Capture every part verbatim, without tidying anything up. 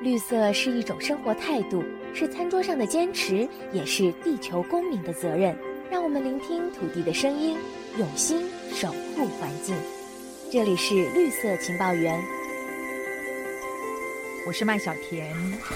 绿色是一种生活态度，是餐桌上的坚持，也是地球公民的责任。让我们聆听土地的声音，用心守护环境。这里是绿色情报员， 我是麦小甜。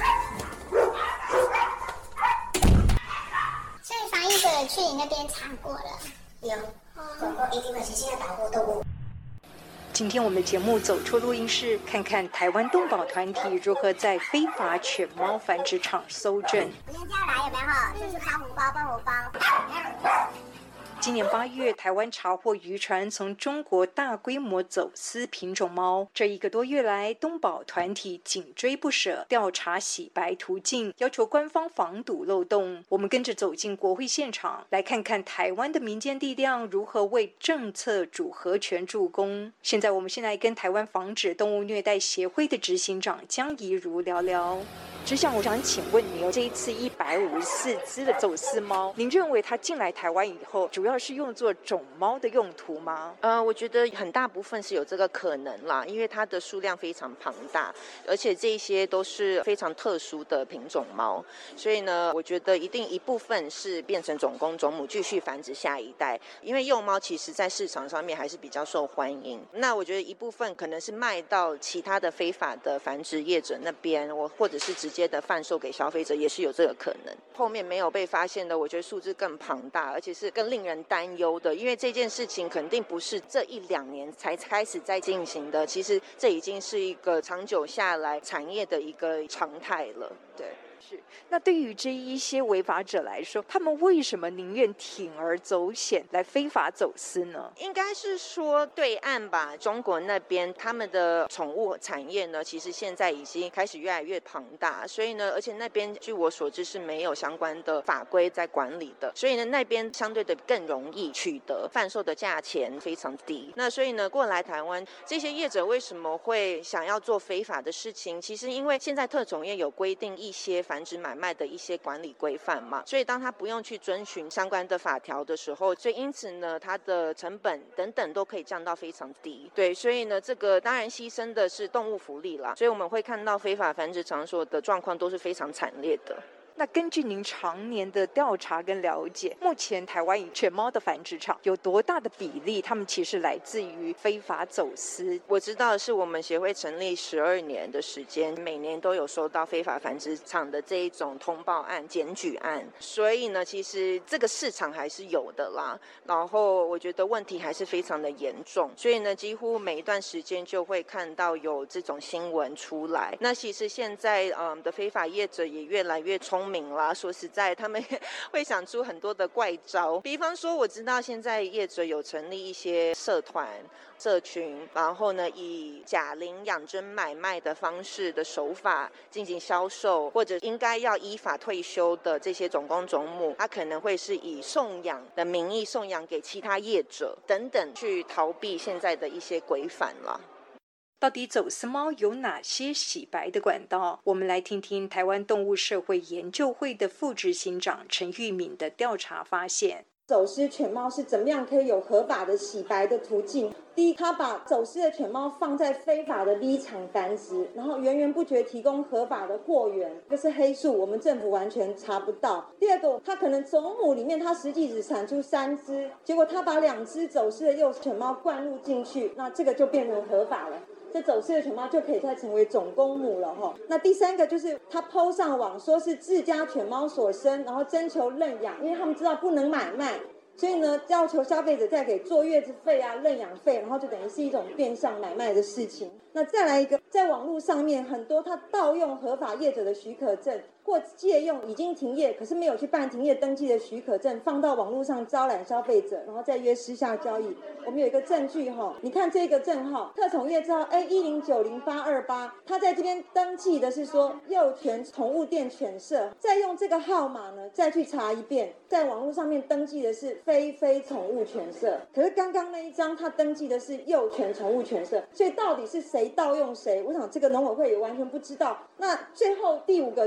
所以防疫的人去你那边查过了？ 有，狗狗一定会去，现在保护动物。 今天我们的节目走出录音室，看看台湾动保团体如何在非法犬猫繁殖场搜证。 人家来有没有？就是帮红包，帮红包。 今年八月，台湾查获渔船从中国大规模走私品种猫。这一个多月来，动保团体紧追不舍，调查洗白途径，要求官方防堵漏洞。我们跟着走进国会现场，来看看台湾的民间力量如何为政策主和权助攻。现在，我们先来跟台湾防止动物虐待协会的执行长江怡如聊聊。只想我想请问你哦，这一次一百五十四只的走私猫，您认为它进来台湾以后，主要是用作种猫的用途吗？ 呃，我觉得很大部分是有这个可能啦，因为它的数量非常庞大，而且这些都是非常特殊的品种猫，所以呢，我觉得一定一部分是变成种公种母，继续繁殖下一代。因为幼猫其实在市场上面还是比较受欢迎，那我觉得一部分可能是卖到其他的非法的繁殖业者那边，我或者是直接的贩售给消费者，也是有这个可能。后面没有被发现的，我觉得数字更庞大，而且是更令人担忧的，因为这件事情肯定不是这一两年才开始在进行的，其实这已经是一个长久下来产业的一个常态了。对。 是，那对于这一些违法者来说，他们为什么宁愿铤而走险来非法走私呢？ 应该是说对岸吧，中国那边他们的宠物产业呢，其实现在已经开始越来越庞大，所以呢，而且那边据我所知是没有相关的法规在管理的，所以呢，那边相对的更容易取得，贩售的价钱非常低。那所以呢，过来台湾这些业者为什么会想要做非法的事情？其实因为现在特种业有规定一些繁殖买卖的一些管理规范嘛，所以当他不用去遵循相关的法条的时候，所以因此呢，它的成本等等都可以降到非常低。对，所以呢，这个当然牺牲的是动物福利啦，所以我们会看到非法繁殖场所的状况都是非常惨烈的。 那根据您常年的调查跟了解，目前台湾以犬猫的繁殖场有多大的比例，他们其实来自于非法走私？ 我知道是我们协会成立十二年的时间，每年都有收到非法繁殖场的这一种通报案、检举案，所以呢，其实这个市场还是有的啦。然后我觉得问题还是非常的严重，所以呢，几乎每一段时间就会看到有这种新闻出来。那其实现在嗯的非法业者也越来越聪明啦，说实在他们会想出很多的怪招，比方说我知道现在业者有成立一些社团社群，然后呢以假领养真买卖的方式的手法进行销售，或者应该要依法退休的这些种公种母，他可能会是以送养的名义送养给其他业者等等，去逃避现在的一些规范了。 到底走私猫有哪些洗白的管道？我们来听听台湾动物社会研究会的副执行长陈玉敏的调查发现。 走私犬猫是怎么样可以有合法的洗白的途径？第一，他把走私的犬猫放在非法的立场繁殖，然后源源不绝提供合法的货源，这是黑数，我们政府完全查不到。第二个，他可能种母里面他实际只产出三只，结果他把两只走私的幼犬猫灌入进去，那这个就变成合法了。这走私的犬猫就可以再成为种公母了哈。那第三个就是他 po 上网说是自家犬猫所生，然后征求认养，因为他们知道不能买卖，所以呢要求消费者再给坐月子费啊、认养费，然后就等于是一种变相买卖的事情。那再来一个，在网络上面很多他盗用合法业者的许可证，或借用已经停业可是没有去办停业登记的许可证，放到网络上招揽消费者，然后再约私下交易。我们有一个证据哈，你看这个证号，特宠业证号 A 一零九零八二八，他在这边登记的是说幼犬宠物店犬舍，再用这个号码呢再去查一遍，在网络上面登记的是非非宠物犬舍，可是刚刚那一张他登记的是幼犬宠物犬舍，所以到底是谁盗用谁？我想这个农委会也完全不知道。那最后第五个洗白的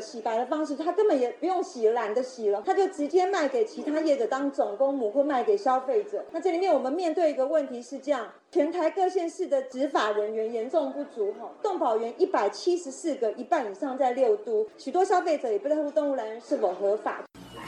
方式，他根本也不用洗，懒得洗了，他就直接卖给其他业者当总公母或卖给消费者。那这里面我们面对一个问题是这样，全台各县市的执法人员严重不足，动保员一百七十四个，一半以上在六都，许多消费者也不在乎动物来源是否合法。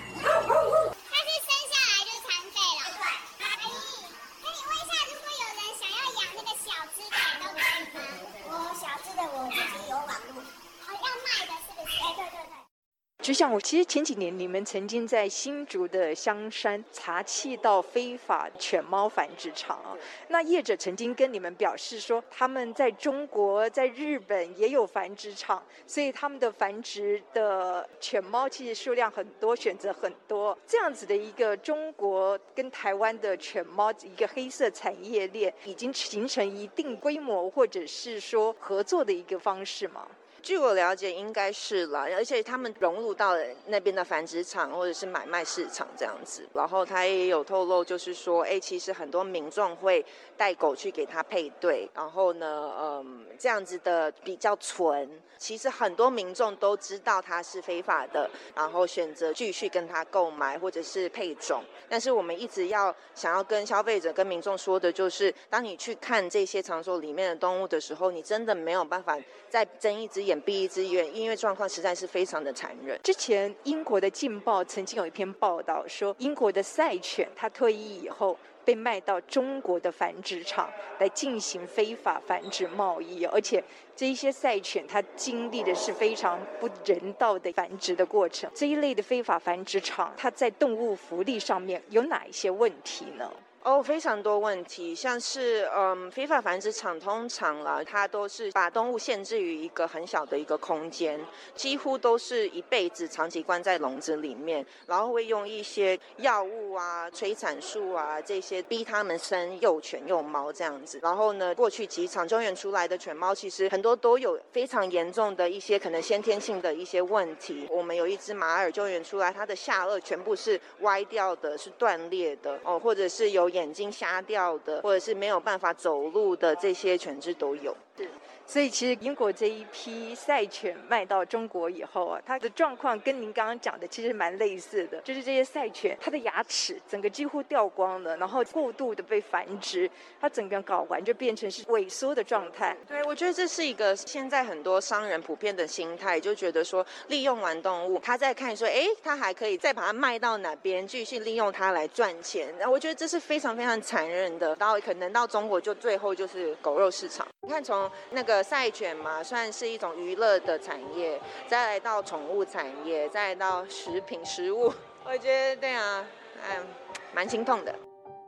就像我其实前几年你们曾经在新竹的香山查缉到非法犬猫繁殖场啊，那业者曾经跟你们表示说他们在中国在日本也有繁殖场，所以他们的繁殖的犬猫其实数量很多，选择很多，这样子的一个中国跟台湾的犬猫一个黑色产业链已经形成一定规模或者是说合作的一个方式吗？ 据我了解应该是啦，而且他们融入到了那边的繁殖场或者是买卖市场这样子。然后他也有透露就是说，哎，其实很多民众会带狗去给他配对，然后呢嗯，这样子的比较纯，其实很多民众都知道它是非法的，然后选择继续跟他购买或者是配种。但是我们一直要想要跟消费者跟民众说的就是，当你去看这些场所里面的动物的时候，你真的没有办法再睁一只眼闭一只眼，因为状况实在是非常的残忍。 之前英国的《镜报》曾经有一篇报道说，英国的赛犬它退役以后被卖到中国的繁殖场来进行非法繁殖贸易，而且这一些赛犬它经历的是非常不人道的繁殖的过程。这一类的非法繁殖场它在动物福利上面有哪一些问题呢？ 哦，非常多问题，像是嗯，非法繁殖场通常啦，它都是把动物限制于一个很小的一个空间，几乎都是一辈子长期关在笼子里面，然后会用一些药物啊、催产素啊这些逼他们生幼犬幼猫这样子。然后呢，过去几场救援出来的犬猫，其实很多都有非常严重的一些可能先天性的一些问题。我们有一只马尔救援出来，它的下颚全部是歪掉的，是断裂的哦，或者是有眼睛瞎掉的，或者是没有办法走路的，这些犬只都有。 所以其实英国这一批赛犬卖到中国以后啊，它的状况跟您刚刚讲的其实蛮类似的，就是这些赛犬它的牙齿整个几乎掉光了，然后过度的被繁殖，它整个睾丸就变成是萎缩的状态。 对，我觉得这是一个现在很多商人普遍的心态，就觉得说利用完动物，他在看说，哎，他还可以再把它卖到哪边，继续利用它来赚钱。我觉得这是非常非常残忍的，然后可能到中国就最后就是狗肉市场。你看从那个赛犬嘛，算是一种娱乐的产业，再来到宠物产业，再来到食品食物，我觉得对啊，嗯，蛮心痛的。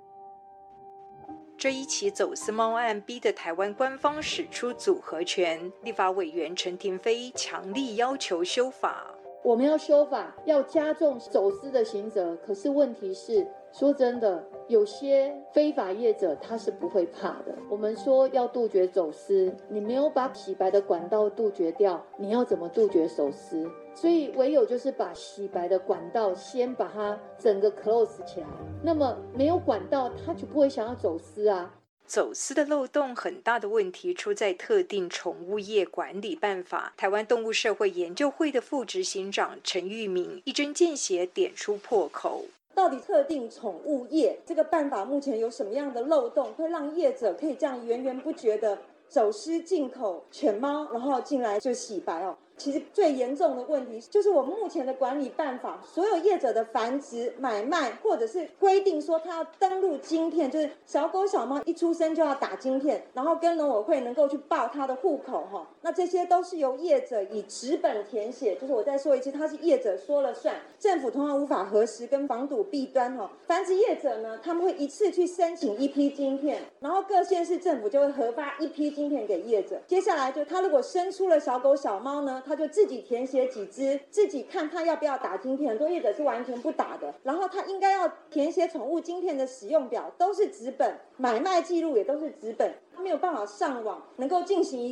这一起走私猫案逼得台湾官方使出组合拳，立法委员陈亭妃强力要求修法。 我们要修法，要加重走私的刑责，可是问题是，说真的，有些非法业者他是不会怕的。我们说要杜绝走私，你没有把洗白的管道杜绝掉，你要怎么杜绝走私？所以唯有就是把洗白的管道先把它整个 close 起来，那么没有管道他就不会想要走私啊。 走私的漏洞很大的问题出在特定宠物业管理办法。台湾动物社会研究会的副执行长陈玉明一针见血点出破口。 到底特定宠物业这个办法目前有什么样的漏洞，会让业者可以这样源源不绝的走私进口犬猫，然后进来就洗白哦？其实最严重的问题就是我们目前的管理办法，所有业者的繁殖、买卖，或者是规定说他要登录晶片，就是小狗小猫一出生就要打晶片，然后跟农委会能够去报他的户口哈。那这些都是由业者以纸本填写，就是我再说一次，他是业者说了算，政府通常无法核实跟防堵弊端哈。繁殖业者呢，他们会一次去申请一批晶片，然后各县市政府就会核发一批晶片给业者。接下来就他如果生出了小狗小猫呢，他就自己填写几只，自己看他要不要打晶片，很多业者是完全不打的。然后他应该要填写宠物晶片的使用表，都是纸本，买卖记录也都是纸本，他没有办法上网能够进行一个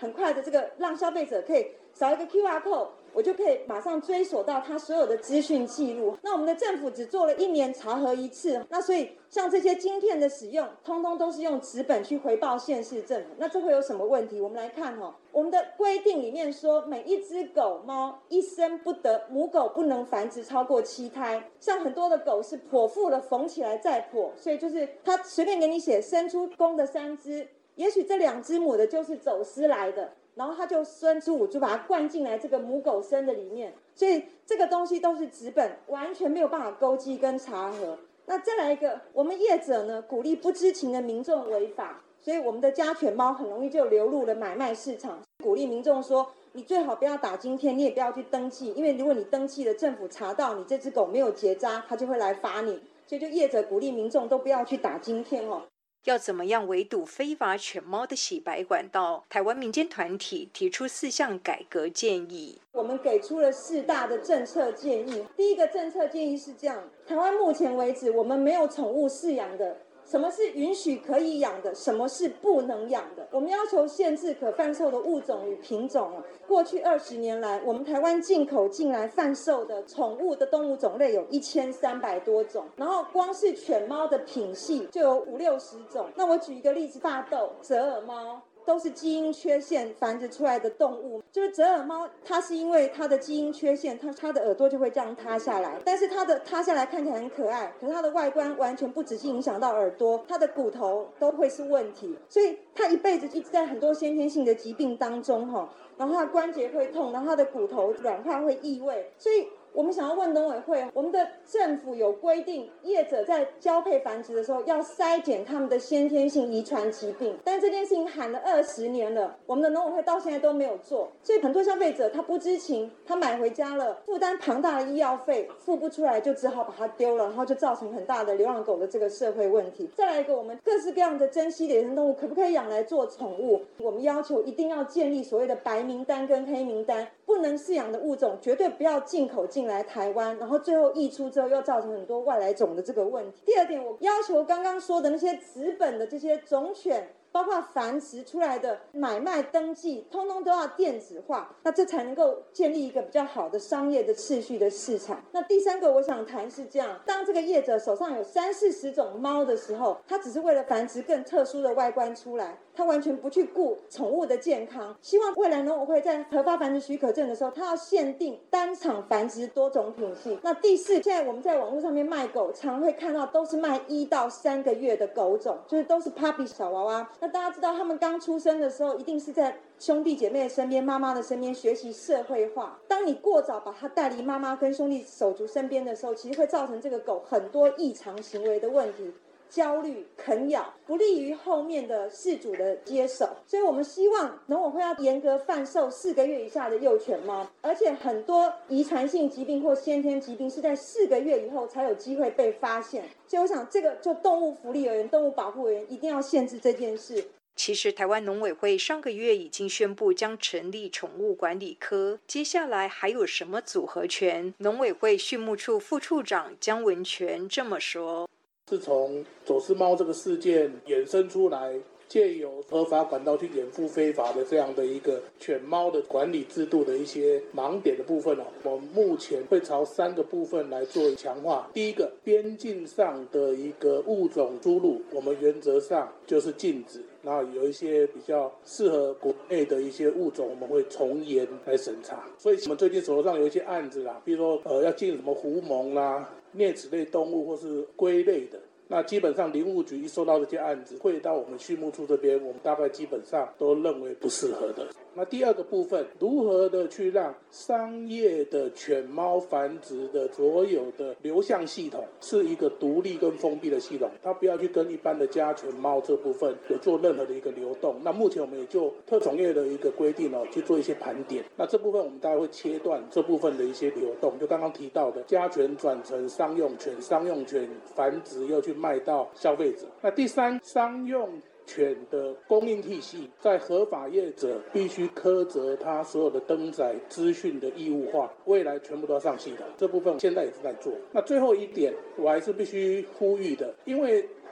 很快的这个让消费者可以扫一个 Q R code， 我就可以马上追索到他所有的资讯记录。那我们的政府只做了一年查核一次，那所以像这些晶片的使用，通通都是用纸本去回报县市政府。那这会有什么问题？我们来看哦，我们的规定里面说，每一只狗猫一生不得母狗不能繁殖超过七胎。像很多的狗是剖腹了缝起来再剖，所以就是他随便给你写生出公的三只，也许这两只母的就是走私来的，然后他就生出五，就把它灌进来这个母狗生的里面，所以这个东西都是纸本，完全没有办法勾稽跟查核。那再来一个，我们业者呢鼓励不知情的民众违法，所以我们的家犬猫很容易就流入了买卖市场。鼓励民众说，你最好不要打晶片，你也不要去登记，因为如果你登记了，政府查到你这只狗没有结扎，他就会来罚你。所以就业者鼓励民众都不要去打晶片哦。 要怎么样围堵非法犬猫的洗白管道？台湾民间团体提出四项改革建议。 我们给出了四大的政策建议。第一个政策建议是这样：台湾目前为止，我们没有宠物饲养的。什么是允许可以养的，什么是不能养的？我们要求限制可贩售的物种与品种。过去二十年来，我们台湾进口进来贩售的宠物的动物种类有一千三百多种，然后光是犬猫的品系就有五六十种。那我举一个例子，大豆、折耳猫。都是基因缺陷繁殖出来的动物，就是折耳猫，它是因为它的基因缺陷，它它的耳朵就会这样塌下来，但是它的塌下来看起来很可爱，可是它的外观完全不只是影响到耳朵，它的骨头都会是问题，所以它一辈子一直在很多先天性的疾病当中哈，然后它的关节会痛，然后它的骨头软化会异位，所以我们想要问农委会，我们的政府有规定，业者在交配繁殖的时候要筛检他们的先天性遗传疾病，但这件事情喊了二十年了，我们的农委会到现在都没有做，所以很多消费者他不知情，他买回家了，负担庞大的医药费，付不出来就只好把它丢了，然后就造成很大的流浪狗的这个社会问题。再来一个，我们各式各样的珍稀的野生动物可不可以养来做宠物？我们要求一定要建立所谓的白名单跟黑名单，不能饲养的物种绝对不要进口进来台湾，然后最后溢出之后又造成很多外来种的这个问题。第二点，我要求刚刚说的那些纸本的这些种犬，包括繁殖出来的买卖登记，通通都要电子化，那这才能够建立一个比较好的商业的秩序的市场。那第三个我想谈是这样，当这个业者手上有三四十种猫的时候，他只是为了繁殖更特殊的外观出来，他完全不去顾宠物的健康。希望未来农委会在核发繁殖许可证的时候，他要限定单场繁殖多种品系。那第四，现在我们在网络上面卖狗，常会看到都是卖一到三个月的狗种，就是都是 puppy 小娃娃。那大家知道他们刚出生的时候一定是在兄弟姐妹的身边，妈妈的身边学习社会化，当你过早把它带离妈妈跟兄弟手足身边的时候，其实会造成这个狗很多异常行为的问题，焦虑、啃咬，不利于后面的饲主的接手。所以我们希望农委会要严格贩售四个月以下的幼犬猫，而且很多遗传性疾病或先天疾病是在四个月以后才有机会被发现。所以我想这个就动物福利而言，动物保护而言，一定要限制这件事。 其实台湾农委会上个月已经宣布将成立宠物管理科，接下来还有什么组合拳？农委会畜牧处副处长江文全这么说， 是从走私猫这个事件衍生出来，借由合法管道去掩护非法的这样的一个犬猫的管理制度的一些盲点的部分哦，我们目前会朝三个部分来做强化。第一个，边境上的一个物种输入，我们原则上就是禁止，然后有一些比较适合国内的一些物种，我们会从严来审查。所以我们最近手头上有一些案子啦，比如说呃要禁什么狐獴啦、啮齿类动物或是龟类的。那基本上林务局一收到这些案子会到我们畜牧处这边，我们大概基本上都认为不适合的。那第二个部分，如何的去让商业的犬猫繁殖的所有的流向系统是一个独立跟封闭的系统，它不要去跟一般的家犬猫这部分有做任何的一个流动。那目前我们也就特种业的一个规定哦去做一些盘点，那这部分我们大概会切断这部分的一些流动，就刚刚提到的家犬转成商用犬，商用犬繁殖又去卖到消费者。那第三，商用犬的供应体系，在合法业者必须苛责他所有的登载资讯的义务化，未来全部都要上系统，这部分现在也是在做。那最后一点，我还是必须呼吁的，因为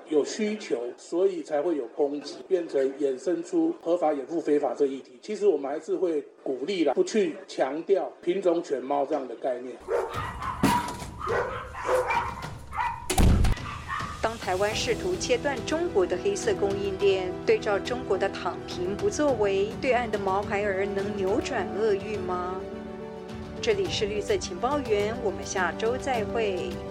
有需求，所以才会有供给，变成衍生出合法掩护非法这议题。其实我们还是会鼓励啦，不去强调品种犬猫这样的概念。 当台湾试图切断中国的黑色供应链，对照中国的躺平不作为，对岸的毛孩儿能扭转厄运吗？这里是绿色情报员，我们下周再会。